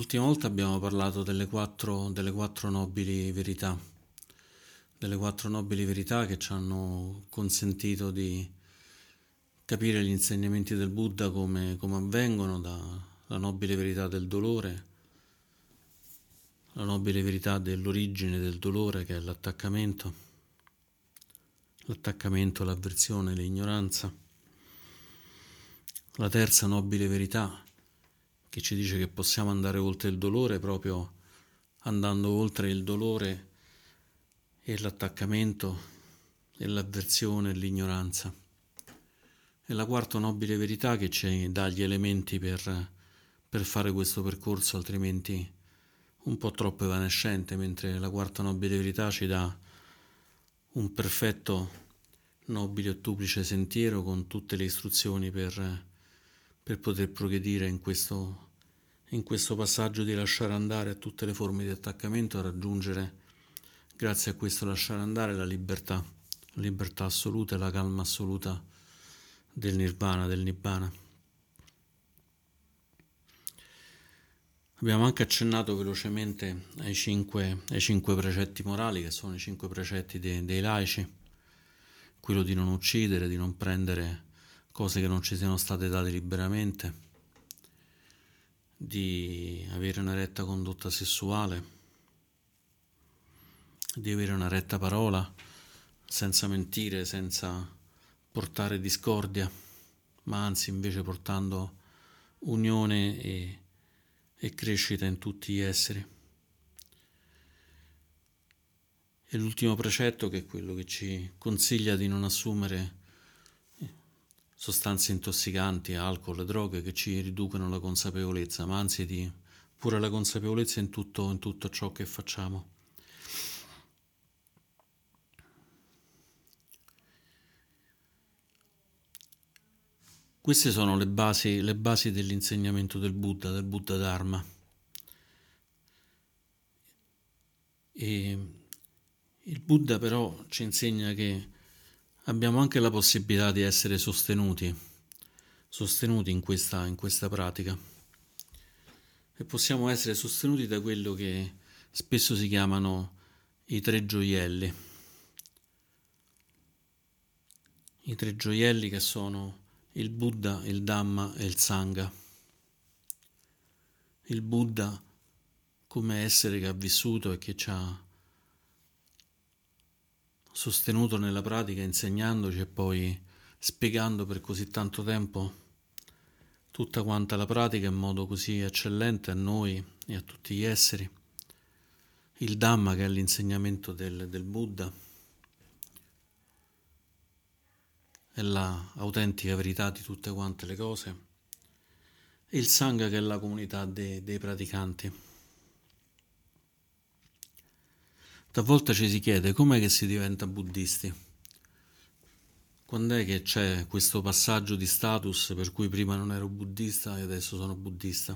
L'ultima volta abbiamo parlato delle quattro nobili verità che ci hanno consentito di capire gli insegnamenti del Buddha come avvengono, dalla nobile verità del dolore, la nobile verità dell'origine del dolore che è l'attaccamento, l'avversione, l'ignoranza, la terza nobile verità che ci dice che possiamo andare oltre il dolore proprio andando oltre il dolore e l'attaccamento e l'avversione e l'ignoranza. E la quarta nobile verità che ci dà gli elementi per fare questo percorso, altrimenti un po' troppo evanescente, mentre la quarta nobile verità ci dà un perfetto nobile e ottuplice sentiero con tutte le istruzioni per poter progredire in questo passaggio di lasciare andare a tutte le forme di attaccamento a raggiungere, grazie a questo lasciare andare, la libertà assoluta e la calma assoluta del nirvana, del nibbana. Abbiamo anche accennato velocemente ai cinque precetti morali, che sono i cinque precetti dei laici, quello di non uccidere, di non prendere cose che non ci siano state date liberamente, di avere una retta condotta sessuale, di avere una retta parola, senza mentire, senza portare discordia, ma anzi invece portando unione e crescita in tutti gli esseri. E l'ultimo precetto, che è quello che ci consiglia di non assumere sostanze intossicanti, alcol, droghe che ci riducono la consapevolezza, ma anzi di pure la consapevolezza in tutto ciò che facciamo. Queste sono le basi dell'insegnamento del Buddha Dharma. E il Buddha però ci insegna che abbiamo anche la possibilità di essere sostenuti in questa pratica. E possiamo essere sostenuti da quello che spesso si chiamano i tre gioielli. I tre gioielli che sono il Buddha, il Dhamma e il Sangha. Il Buddha come essere che ha vissuto e che ci ha sostenuto nella pratica, insegnandoci e poi spiegando per così tanto tempo tutta quanta la pratica in modo così eccellente a noi e a tutti gli esseri. Il Dhamma, che è l'insegnamento del Buddha, è la autentica verità di tutte quante le cose, e il Sangha, che è la comunità dei praticanti. Talvolta ci si chiede com'è che si diventa buddisti. Quando è che c'è questo passaggio di status per cui prima non ero buddista e adesso sono buddista?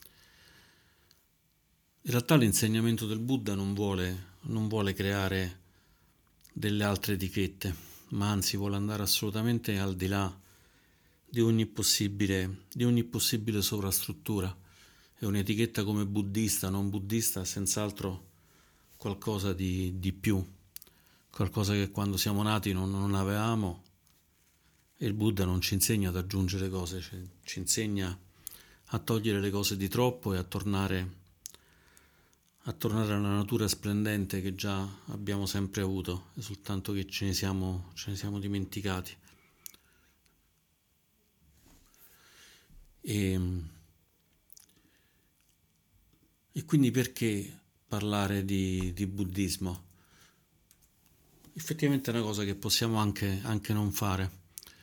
In realtà l'insegnamento del Buddha non vuole creare delle altre etichette, ma anzi vuole andare assolutamente al di là di ogni possibile sovrastruttura. E un'etichetta come buddista, non buddista, è senz'altro qualcosa di più, qualcosa che quando siamo nati non avevamo, e il Buddha non ci insegna ad aggiungere cose, ci insegna a togliere le cose di troppo e a tornare alla natura splendente che già abbiamo sempre avuto, è soltanto che ce ne siamo dimenticati. E quindi perché parlare di buddismo? Effettivamente è una cosa che possiamo anche non fare.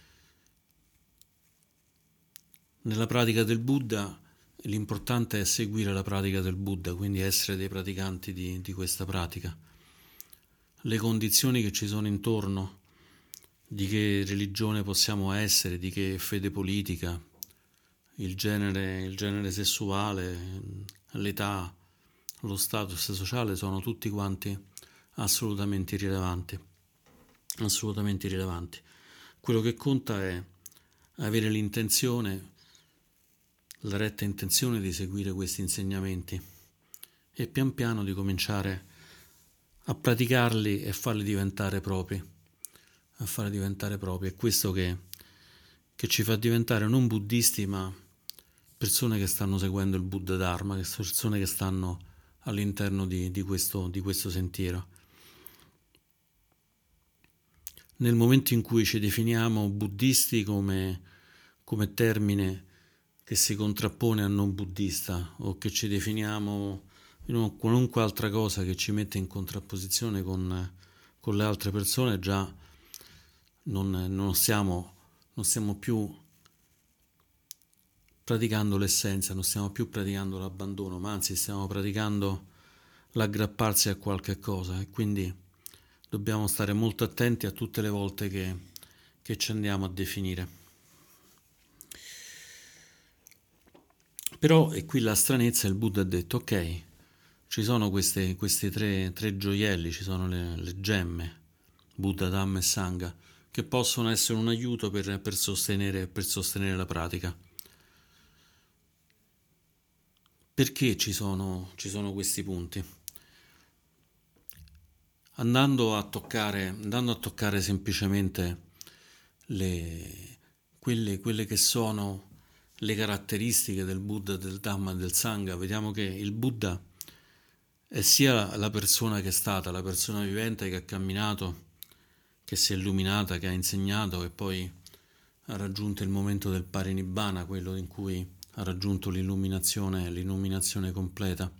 Nella pratica del Buddha l'importante è seguire la pratica del Buddha, quindi essere dei praticanti di questa pratica. Le condizioni che ci sono intorno, di che religione possiamo essere, di che fede politica, il genere sessuale, l'età, lo status sociale sono tutti quanti assolutamente irrilevanti. Assolutamente irrilevanti. Quello che conta è avere l'intenzione la retta intenzione di seguire questi insegnamenti e pian piano di cominciare a praticarli e farli diventare propri, a farli diventare propri. È questo che ci fa diventare non buddisti, ma persone che stanno seguendo il Buddha Dharma, persone che stanno all'interno di questo sentiero. Nel momento in cui ci definiamo buddisti come termine che si contrappone a non buddista, o che ci definiamo qualunque altra cosa che ci mette in contrapposizione con le altre persone, già non stiamo più praticando l'essenza, non stiamo più praticando l'abbandono, ma anzi stiamo praticando l'aggrapparsi a qualche cosa, e quindi dobbiamo stare molto attenti a tutte le volte che ci andiamo a definire. Però, e qui la stranezza, il Buddha ha detto, ok, ci sono questi tre gioielli, ci sono le gemme, Buddha, Dhamma e Sangha, che possono essere un aiuto per sostenere la pratica. Perché ci sono questi punti? Andando a toccare semplicemente quelle che sono le caratteristiche del Buddha, del Dhamma e del Sangha, vediamo che il Buddha è sia la persona che è stata, la persona vivente che ha camminato, che si è illuminata, che ha insegnato e poi ha raggiunto il momento del parinibbana, quello in cui ha raggiunto l'illuminazione completa.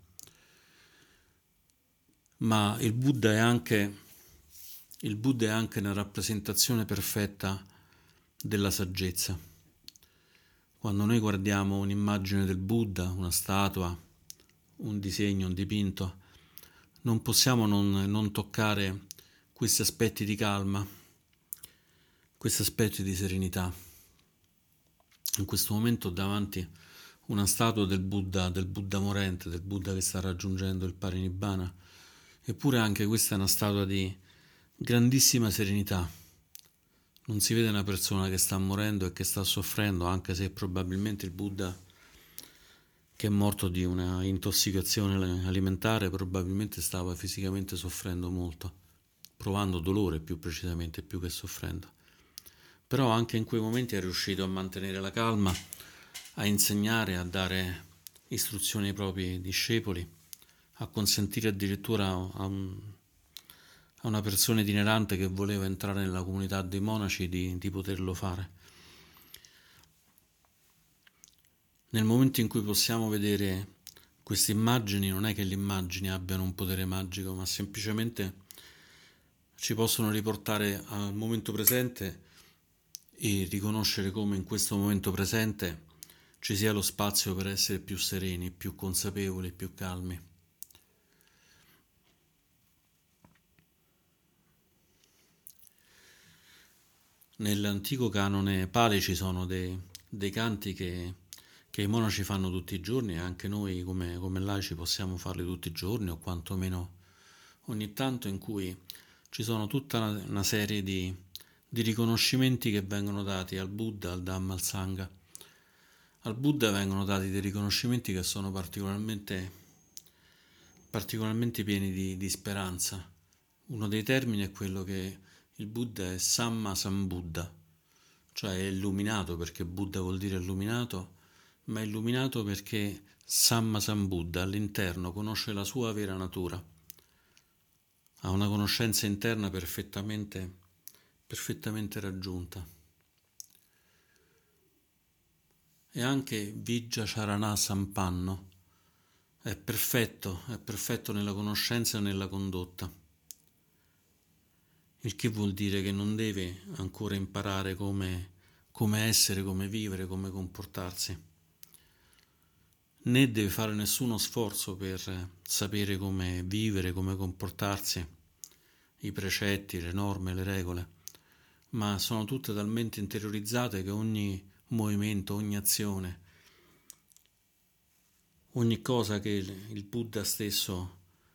Ma il Buddha è anche una rappresentazione perfetta della saggezza. Quando noi guardiamo un'immagine del Buddha, una statua, un disegno, un dipinto, non possiamo non toccare questi aspetti di calma, questi aspetti di serenità. In questo momento davanti una statua del Buddha morente, del Buddha che sta raggiungendo il parinibbana, eppure anche questa è una statua di grandissima serenità. Non si vede una persona che sta morendo e che sta soffrendo, anche se probabilmente il Buddha, che è morto di una intossicazione alimentare, probabilmente stava fisicamente soffrendo molto, provando dolore più precisamente, più che soffrendo. Però anche in quei momenti è riuscito a mantenere la calma, a insegnare, a dare istruzioni ai propri discepoli, a consentire addirittura a una persona itinerante che voleva entrare nella comunità dei monaci di poterlo fare. Nel momento in cui possiamo vedere queste immagini, non è che le immagini abbiano un potere magico, ma semplicemente ci possono riportare al momento presente e riconoscere come in questo momento presente ci sia lo spazio per essere più sereni, più consapevoli, più calmi. Nell'antico canone Pali ci sono dei canti che i monaci fanno tutti i giorni, e anche noi come laici possiamo farli tutti i giorni, o quantomeno ogni tanto, in cui ci sono tutta una serie di riconoscimenti che vengono dati al Buddha, al Dhamma, al Sangha. Al Buddha vengono dati dei riconoscimenti che sono particolarmente pieni di speranza. Uno dei termini è quello che il Buddha è Samma Sambuddha, cioè è illuminato, perché Buddha vuol dire illuminato, ma è illuminato perché Samma Sambuddha all'interno conosce la sua vera natura, ha una conoscenza interna perfettamente raggiunta. E anche Vijja Charana Sampanno è perfetto nella conoscenza e nella condotta, il che vuol dire che non deve ancora imparare come essere, come vivere, come comportarsi, né deve fare nessuno sforzo per sapere come vivere, come comportarsi, i precetti, le norme, le regole, ma sono tutte talmente interiorizzate che ogni movimento, ogni azione, ogni cosa che il Buddha stesso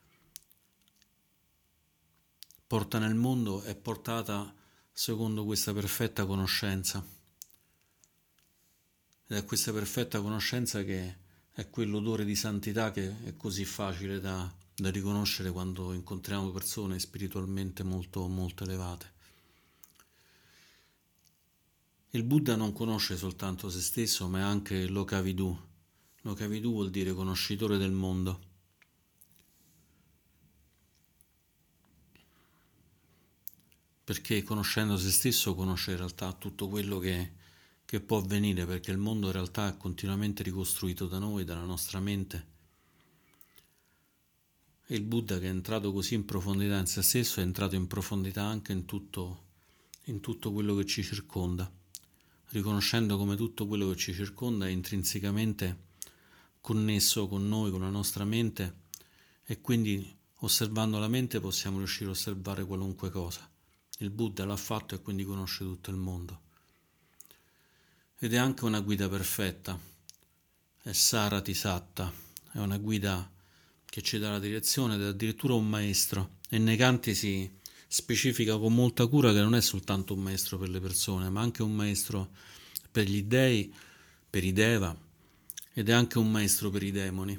porta nel mondo è portata secondo questa perfetta conoscenza. ed è questa perfetta conoscenza che è quell'odore di santità che è così facile da riconoscere quando incontriamo persone spiritualmente molto, molto elevate. Il Buddha non conosce soltanto se stesso, ma è anche Lokavidu. Lokavidu vuol dire conoscitore del mondo. Perché conoscendo se stesso conosce in realtà tutto quello che può avvenire, perché il mondo in realtà è continuamente ricostruito da noi, dalla nostra mente. E il Buddha, che è entrato così in profondità in se stesso, è entrato in profondità anche in tutto quello che ci circonda, riconoscendo come tutto quello che ci circonda è intrinsecamente connesso con noi, con la nostra mente, e quindi osservando la mente possiamo riuscire a osservare qualunque cosa. Il Buddha l'ha fatto e quindi conosce tutto il mondo. Ed è anche una guida perfetta, è Sarati Satta, è una guida che ci dà la direzione ed è addirittura un maestro. E Neganti si specifica con molta cura che non è soltanto un maestro per le persone, ma anche un maestro per gli dei, per i Deva, ed è anche un maestro per i demoni.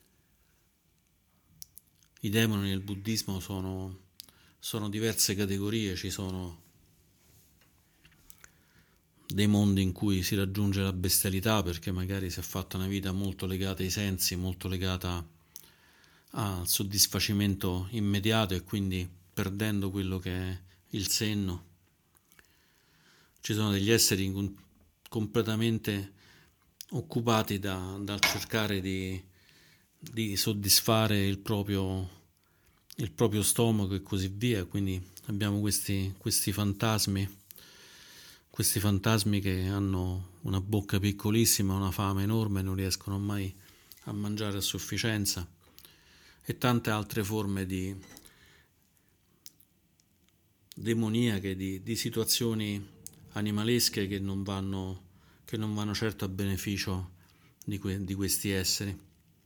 I demoni nel buddismo sono diverse categorie, ci sono dei mondi in cui si raggiunge la bestialità perché magari si è fatta una vita molto legata ai sensi, molto legata al soddisfacimento immediato e quindi perdendo quello che è il senno. Ci sono degli esseri completamente occupati dal cercare di soddisfare il proprio stomaco e così via, quindi abbiamo questi fantasmi che hanno una bocca piccolissima, una fame enorme, non riescono mai a mangiare a sufficienza, e tante altre forme di demoniache, di situazioni animalesche che non vanno certo a beneficio di questi esseri.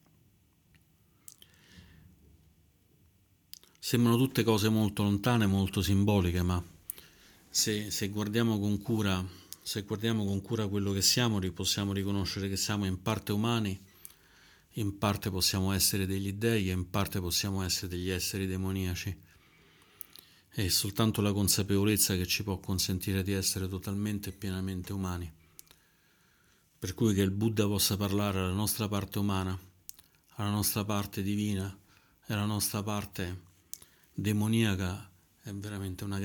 Sembrano tutte cose molto lontane, molto simboliche, ma se guardiamo con cura quello che siamo, possiamo riconoscere che siamo in parte umani, in parte possiamo essere degli dei e in parte possiamo essere degli esseri demoniaci. È soltanto la consapevolezza che ci può consentire di essere totalmente e pienamente umani. Per cui che il Buddha possa parlare alla nostra parte umana, alla nostra parte divina e alla nostra parte demoniaca è veramente una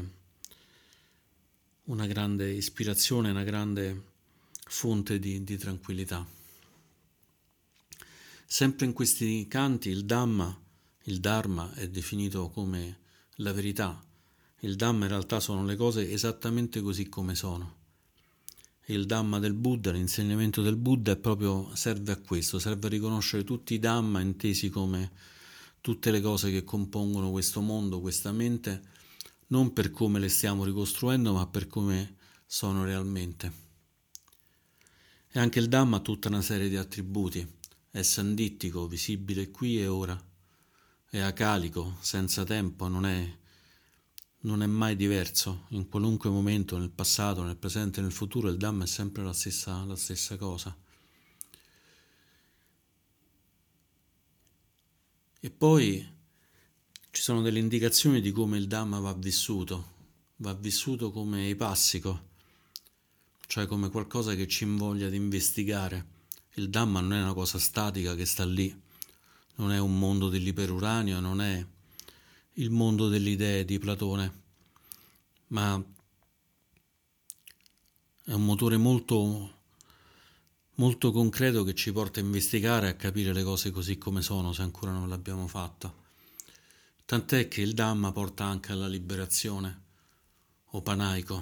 grande ispirazione, una grande fonte di tranquillità. Sempre in questi canti il Dharma è definito come la verità. Il Dhamma in realtà sono le cose esattamente così come sono. E il Dhamma del Buddha, l'insegnamento del Buddha serve a questo, serve a riconoscere tutti i Dhamma intesi come tutte le cose che compongono questo mondo, questa mente, non per come le stiamo ricostruendo, ma per come sono realmente. E anche il Dhamma ha tutta una serie di attributi. È sandittico, visibile qui e ora. È acalico, senza tempo, non è mai diverso. In qualunque momento, nel passato, nel presente e nel futuro, il Dhamma è sempre la stessa cosa. E poi ci sono delle indicazioni di come il Dhamma va vissuto come epassico, cioè come qualcosa che ci invoglia di investigare. Il Dhamma non è una cosa statica che sta lì, non è un mondo dell'iperuranio, non è il mondo delle idee di Platone, ma è un motore molto, molto concreto che ci porta a investigare e a capire le cose così come sono, se ancora non l'abbiamo fatta. Tant'è che il Dhamma porta anche alla liberazione, opanaico.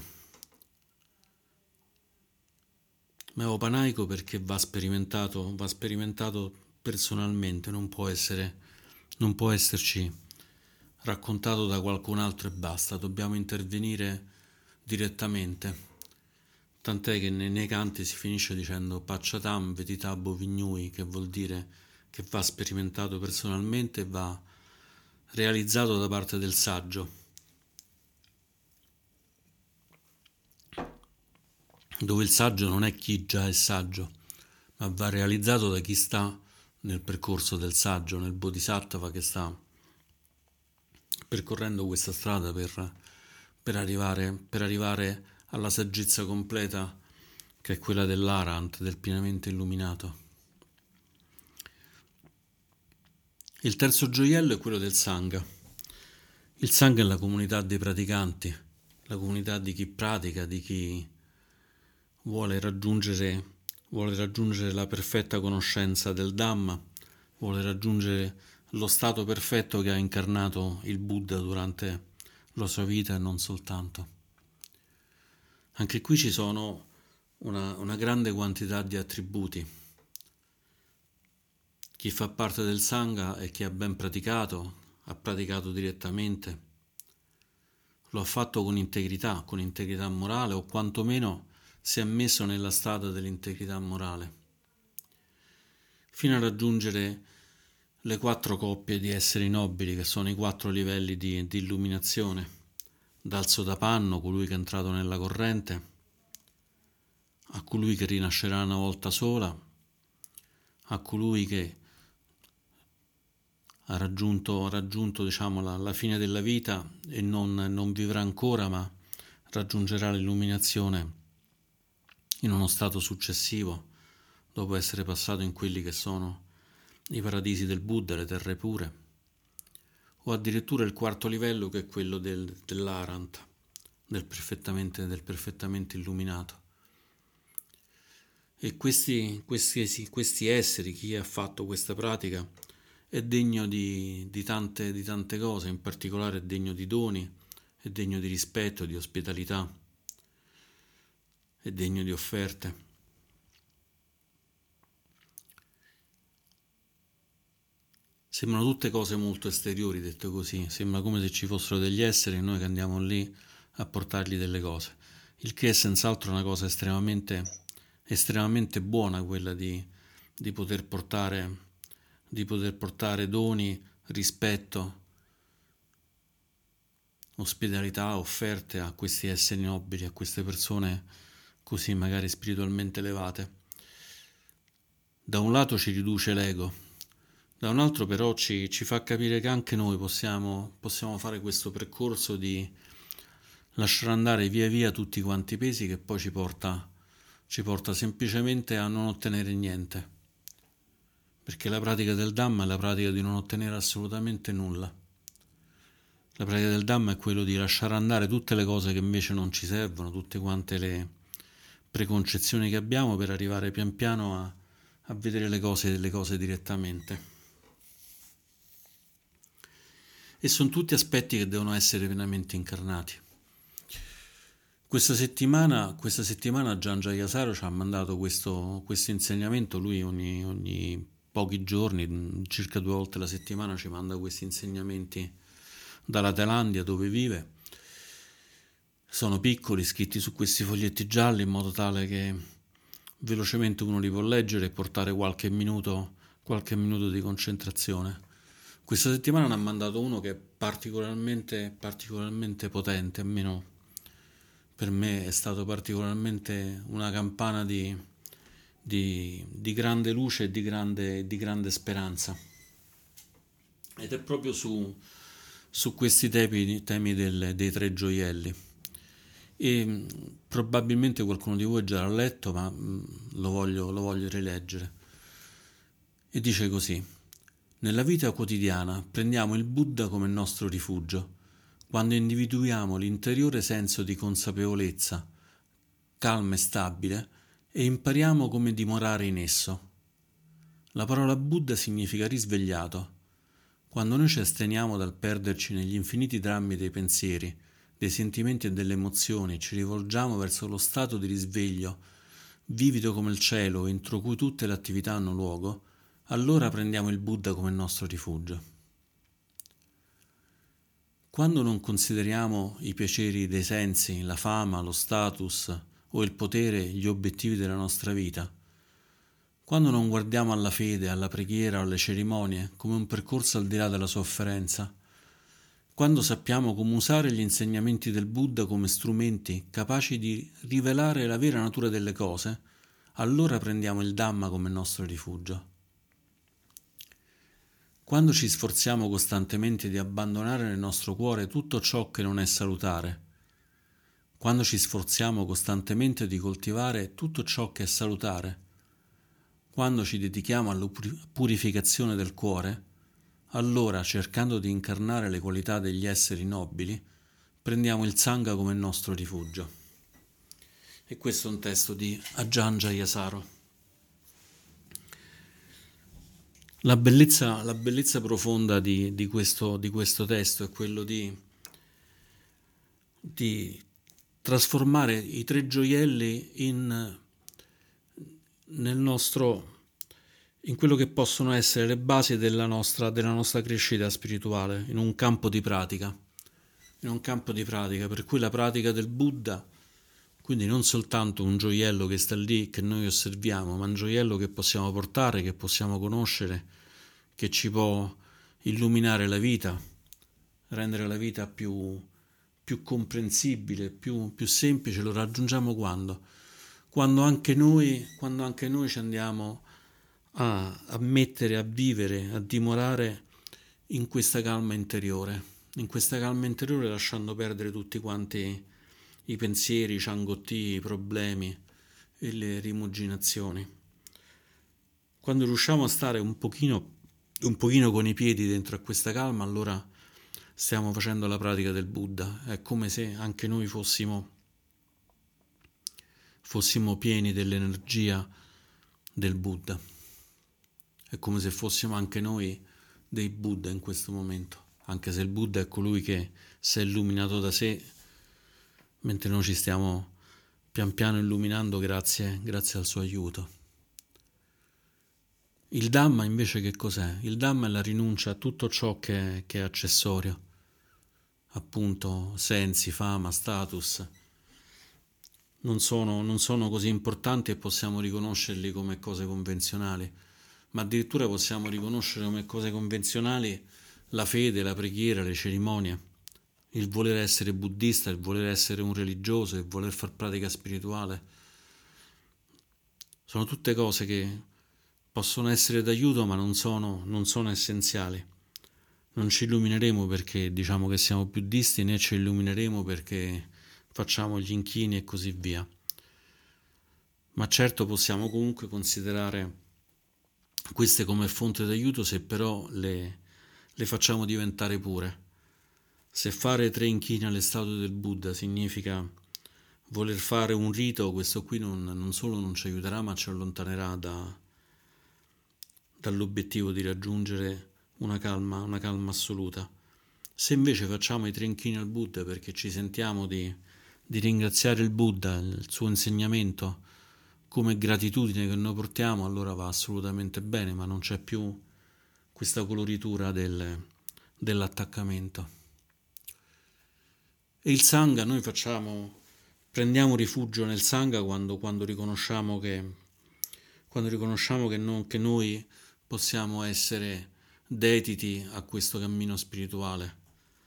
Ma è opanaico perché va sperimentato personalmente, non può esserci raccontato da qualcun altro e basta, dobbiamo intervenire direttamente. Tant'è che nei canti si finisce dicendo Pacciatam Vetitabo Vignui, che vuol dire che va sperimentato personalmente e va realizzato da parte del saggio. dove il saggio non è chi già è saggio, ma va realizzato da chi sta nel percorso del saggio, nel bodhisattva che sta percorrendo questa strada per arrivare alla saggezza completa, che è quella dell'Arahant, del pienamente illuminato. Il terzo gioiello è quello del Sangha. Il Sangha è la comunità dei praticanti, la comunità di chi pratica, di chi vuole raggiungere la perfetta conoscenza del Dhamma, vuole raggiungere lo stato perfetto che ha incarnato il Buddha durante la sua vita e non soltanto. Anche qui ci sono una grande quantità di attributi. Chi fa parte del Sangha è chi ha ben praticato, ha praticato direttamente, lo ha fatto con integrità morale, o quantomeno si è messo nella strada dell'integrità morale, fino a raggiungere le 4 coppie di esseri nobili, che sono i 4 livelli di illuminazione, dal Sotapanno, colui che è entrato nella corrente, a colui che rinascerà una volta sola, a colui che ha raggiunto diciamo, la fine della vita e non vivrà ancora, ma raggiungerà l'illuminazione in uno stato successivo, dopo essere passato in quelli che sono i paradisi del Buddha, le terre pure, o addirittura il 4º livello, che è quello dell'Arahant, del perfettamente illuminato. E questi esseri, chi ha fatto questa pratica, è degno di tante cose, in particolare è degno di doni, è degno di rispetto, di ospitalità, è degno di offerte. Sembrano tutte cose molto esteriori, detto così, sembra come se ci fossero degli esseri e noi che andiamo lì a portargli delle cose, il che è senz'altro una cosa estremamente buona, quella di poter portare doni, rispetto, ospitalità, offerte a questi esseri nobili, a queste persone così magari spiritualmente elevate. Da un lato ci riduce l'ego, da un altro però ci fa capire che anche noi possiamo fare questo percorso di lasciare andare via via tutti quanti i pesi, che poi ci porta semplicemente a non ottenere niente, perché la pratica del Dhamma è la pratica di non ottenere assolutamente nulla. La pratica del Dhamma è quello di lasciare andare tutte le cose che invece non ci servono, tutte quante le preconcezioni che abbiamo, per arrivare pian piano a vedere le cose direttamente. E sono tutti aspetti che devono essere pienamente incarnati. Questa settimana Gian Jayasaro ci ha mandato questo insegnamento. Lui ogni pochi giorni, circa 2 volte alla settimana, ci manda questi insegnamenti dalla Thailandia, dove vive. Sono piccoli, scritti su questi foglietti gialli, in modo tale che velocemente uno li può leggere e portare qualche minuto di concentrazione. Questa settimana ne ha mandato uno che è particolarmente potente, almeno per me è stato particolarmente una campana di grande luce e di grande speranza. Ed è proprio su questi temi dei 3 gioielli. E probabilmente qualcuno di voi già l'ha letto, ma lo voglio rileggere. E dice così: nella vita quotidiana prendiamo il Buddha come nostro rifugio, quando individuiamo l'interiore senso di consapevolezza, calma e stabile, e impariamo come dimorare in esso. La parola Buddha significa risvegliato. Quando noi ci asteniamo dal perderci negli infiniti drammi dei pensieri, dei sentimenti e delle emozioni, ci rivolgiamo verso lo stato di risveglio, vivido come il cielo, entro cui tutte le attività hanno luogo, allora prendiamo il Buddha come nostro rifugio. Quando non consideriamo i piaceri dei sensi, la fama, lo status o il potere gli obiettivi della nostra vita, quando non guardiamo alla fede, alla preghiera o alle cerimonie come un percorso al di là della sofferenza, quando sappiamo come usare gli insegnamenti del Buddha come strumenti capaci di rivelare la vera natura delle cose, allora prendiamo il Dhamma come nostro rifugio. Quando ci sforziamo costantemente di abbandonare nel nostro cuore tutto ciò che non è salutare, quando ci sforziamo costantemente di coltivare tutto ciò che è salutare, quando ci dedichiamo alla purificazione del cuore, allora, cercando di incarnare le qualità degli esseri nobili, prendiamo il Sangha come nostro rifugio. E questo è un testo di Ajahn Jayasaro. La bellezza profonda di questo testo è quello di trasformare i tre gioielli in quello che possono essere le basi della nostra crescita spirituale, in un campo di pratica, per cui la pratica del Buddha, quindi non soltanto un gioiello che sta lì, che noi osserviamo, ma un gioiello che possiamo portare, che possiamo conoscere, che ci può illuminare la vita, rendere la vita più comprensibile, più semplice. Lo raggiungiamo quando anche noi ci andiamo a mettere, a vivere, a dimorare in questa calma interiore, lasciando perdere tutti quanti i pensieri, i ciangottii, i problemi e le rimuginazioni. Quando riusciamo a stare un pochino con i piedi dentro a questa calma, allora stiamo facendo la pratica del Buddha. È come se anche noi fossimo pieni dell'energia del Buddha. È come se fossimo anche noi dei Buddha in questo momento, anche se il Buddha è colui che si è illuminato da sé, mentre noi ci stiamo pian piano illuminando grazie al suo aiuto. Il Dhamma invece che cos'è? Il Dhamma è la rinuncia a tutto ciò che è accessorio, appunto sensi, fama, status. Non sono così importanti e possiamo riconoscerli come cose convenzionali, ma addirittura possiamo riconoscere come cose convenzionali la fede, la preghiera, le cerimonie, il voler essere buddista, il voler essere un religioso, il voler far pratica spirituale. Sono tutte cose che possono essere d'aiuto, ma non sono essenziali. Non ci illumineremo perché diciamo che siamo buddisti, né ci illumineremo perché facciamo gli inchini e così via. Ma certo possiamo comunque considerare queste come fonte d'aiuto se però le facciamo diventare pure. Se fare 3 inchini alle statue del Buddha significa voler fare un rito, questo qui non solo non ci aiuterà, ma ci allontanerà dall'obiettivo di raggiungere una calma assoluta. Se invece facciamo i 3 inchini al Buddha perché ci sentiamo di ringraziare il Buddha, il suo insegnamento, come gratitudine che noi portiamo, allora va assolutamente bene, ma non c'è più questa coloritura dell'attaccamento. E il Sangha noi prendiamo rifugio nel Sangha quando riconosciamo che noi possiamo essere dediti a questo cammino spirituale.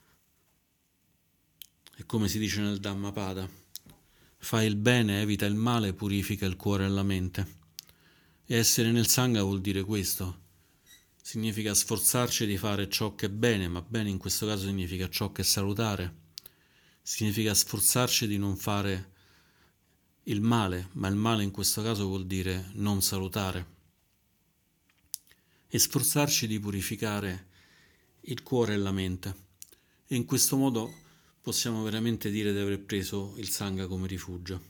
E come si dice nel Dhammapada, fai il bene, evita il male, purifica il cuore e la mente. E essere nel Sangha vuol dire questo. Significa sforzarci di fare ciò che è bene, ma bene in questo caso significa ciò che è salutare. Significa sforzarci di non fare il male, ma il male in questo caso vuol dire non salutare. E sforzarci di purificare il cuore e la mente. E in questo modo possiamo veramente dire di aver preso il Sangha come rifugio.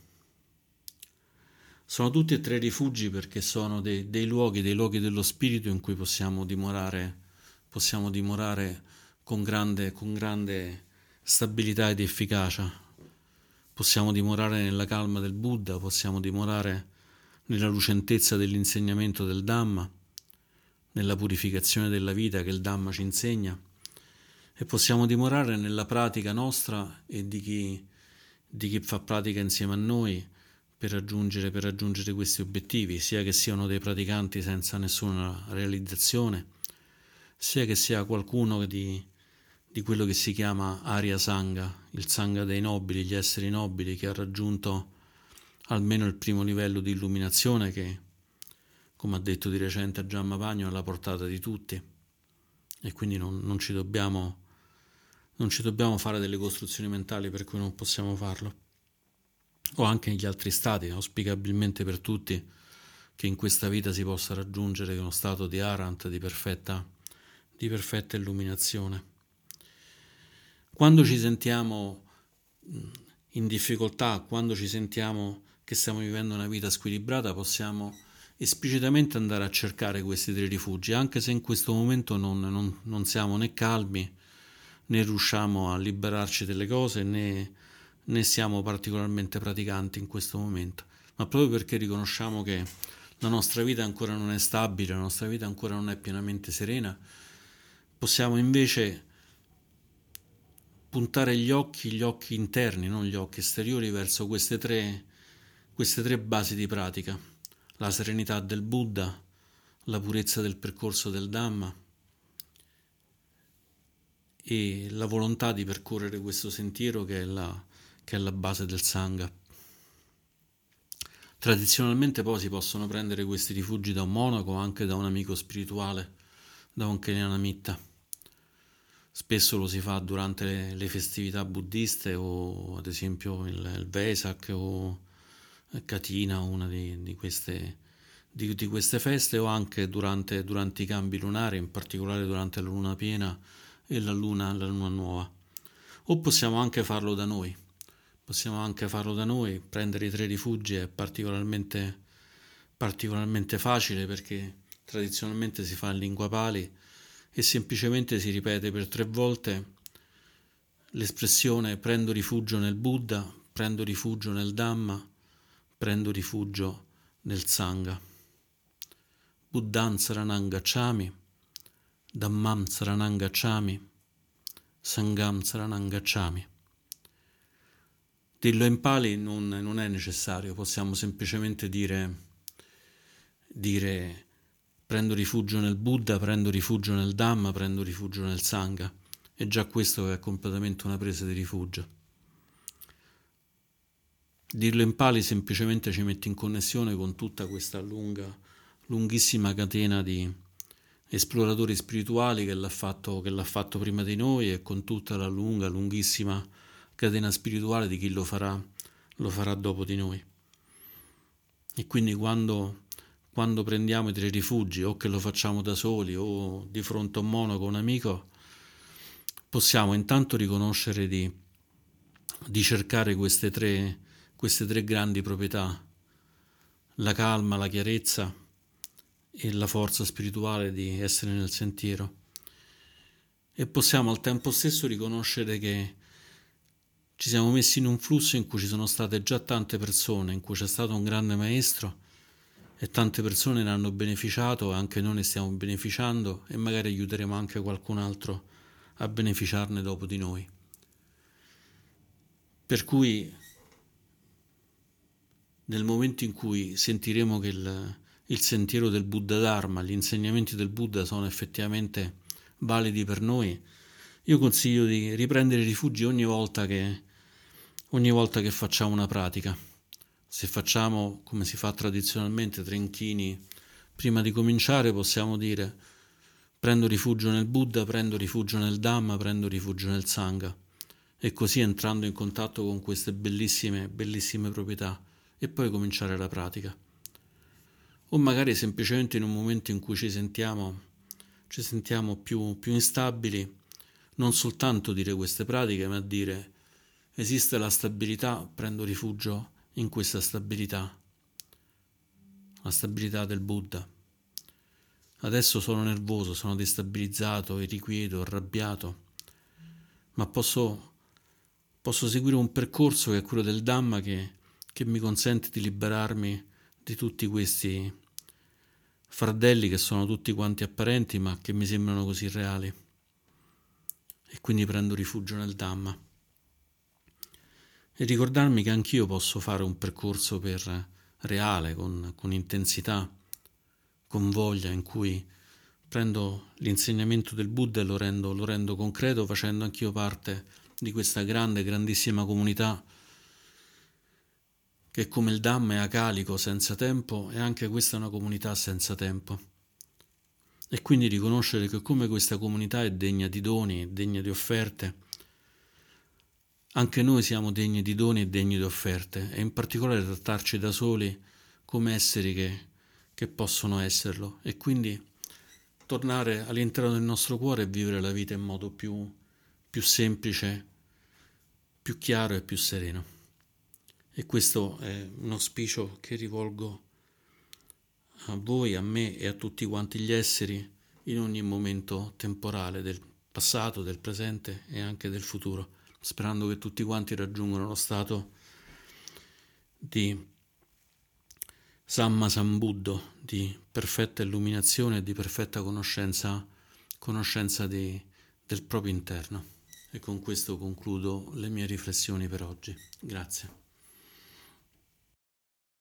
Sono tutti e 3 rifugi perché sono dei luoghi dello spirito in cui possiamo dimorare con grande stabilità ed efficacia. Possiamo dimorare nella calma del Buddha, possiamo dimorare nella lucentezza dell'insegnamento del Dhamma, nella purificazione della vita che il Dhamma ci insegna, e possiamo dimorare nella pratica nostra e di chi fa pratica insieme a noi per raggiungere questi obiettivi, sia che siano dei praticanti senza nessuna realizzazione, sia che sia qualcuno di di quello che si chiama Arya Sangha, il Sangha dei nobili, gli esseri nobili, che ha raggiunto almeno il primo livello di illuminazione che, come ha detto di recente Giamma Pagno, è alla portata di tutti, e quindi non ci dobbiamo fare delle costruzioni mentali per cui non possiamo farlo. O anche negli altri stati, auspicabilmente per tutti, che in questa vita si possa raggiungere uno stato di Arhat, di perfetta illuminazione. Quando ci sentiamo in difficoltà, quando ci sentiamo che stiamo vivendo una vita squilibrata, possiamo esplicitamente andare a cercare questi 3 rifugi, anche se in questo momento non siamo né calmi, né riusciamo a liberarci delle cose, né siamo particolarmente praticanti in questo momento, ma proprio perché riconosciamo che la nostra vita ancora non è stabile, la nostra vita ancora non è pienamente serena, possiamo invece puntare gli occhi interni, non gli occhi esteriori, verso queste tre basi di pratica: la serenità del Buddha, la purezza del percorso del Dhamma e la volontà di percorrere questo sentiero che è la base del Sangha. Tradizionalmente poi si possono prendere questi rifugi da un monaco o anche da un amico spirituale, da un Kalyanamitta. Spesso lo si fa durante le festività buddiste, o ad esempio il Vesak o Katina, una di queste feste, o anche durante i cambi lunari, in particolare durante la luna piena e la luna nuova. O possiamo anche farlo da noi. Prendere i 3 rifugi è particolarmente facile, perché tradizionalmente si fa in lingua Pali e semplicemente si ripete per 3 volte l'espressione: prendo rifugio nel Buddha, prendo rifugio nel Dhamma, prendo rifugio nel Sangha. Buddhan saranam gacchami, Dhammam saranam gacchami, Sangham saranam gacchami. Dirlo in Pali non è necessario, possiamo semplicemente dire prendo rifugio nel Buddha, prendo rifugio nel Dhamma, prendo rifugio nel Sangha. È già questo che è completamente una presa di rifugio. Dirlo in Pali semplicemente ci mette in connessione con tutta questa lunghissima catena di esploratori spirituali che l'ha fatto prima di noi, e con tutta la lunghissima catena spirituale di chi lo farà dopo di noi. E quindi quando prendiamo i 3 rifugi, o che lo facciamo da soli o di fronte a un monaco o un amico, possiamo intanto riconoscere di cercare queste tre grandi proprietà: la calma, la chiarezza e la forza spirituale di essere nel sentiero. E possiamo al tempo stesso riconoscere che ci siamo messi in un flusso in cui ci sono state già tante persone, in cui c'è stato un grande maestro e tante persone ne hanno beneficiato, e anche noi ne stiamo beneficiando, e magari aiuteremo anche qualcun altro a beneficiarne dopo di noi. Per cui nel momento in cui sentiremo che il sentiero del Buddha Dharma, gli insegnamenti del Buddha sono effettivamente validi per noi, io consiglio di riprendere rifugi ogni volta che facciamo una pratica. Se facciamo, come si fa tradizionalmente, 3 inchini prima di cominciare, possiamo dire: prendo rifugio nel Buddha, prendo rifugio nel Dhamma, prendo rifugio nel Sangha, e così entrando in contatto con queste bellissime proprietà, e poi cominciare la pratica. O magari semplicemente in un momento in cui ci sentiamo più instabili, non soltanto dire queste pratiche, ma dire: esiste la stabilità, prendo rifugio in questa stabilità, la stabilità del Buddha. Adesso sono nervoso, sono destabilizzato, irrequieto, arrabbiato, ma posso seguire un percorso che è quello del Dhamma, che mi consente di liberarmi di tutti questi fardelli che sono tutti quanti apparenti, ma che mi sembrano così reali. E quindi prendo rifugio nel Dhamma. E ricordarmi che anch'io posso fare un percorso reale, con intensità, con voglia, in cui prendo l'insegnamento del Buddha e lo rendo concreto, facendo anch'io parte di questa grandissima comunità che come il Dhamma è acalico, senza tempo, e anche questa è una comunità senza tempo. E quindi riconoscere che come questa comunità è degna di doni, degna di offerte, anche noi siamo degni di doni e degni di offerte, e in particolare trattarci da soli come esseri che possono esserlo, e quindi tornare all'interno del nostro cuore e vivere la vita in modo più semplice, più chiaro e più sereno. E questo è un auspicio che rivolgo a voi, a me e a tutti quanti gli esseri in ogni momento temporale del passato, del presente e anche del futuro, sperando che tutti quanti raggiungano lo stato di Samma Sambuddho, di perfetta illuminazione e di perfetta conoscenza del proprio interno. E con questo concludo le mie riflessioni per oggi. Grazie.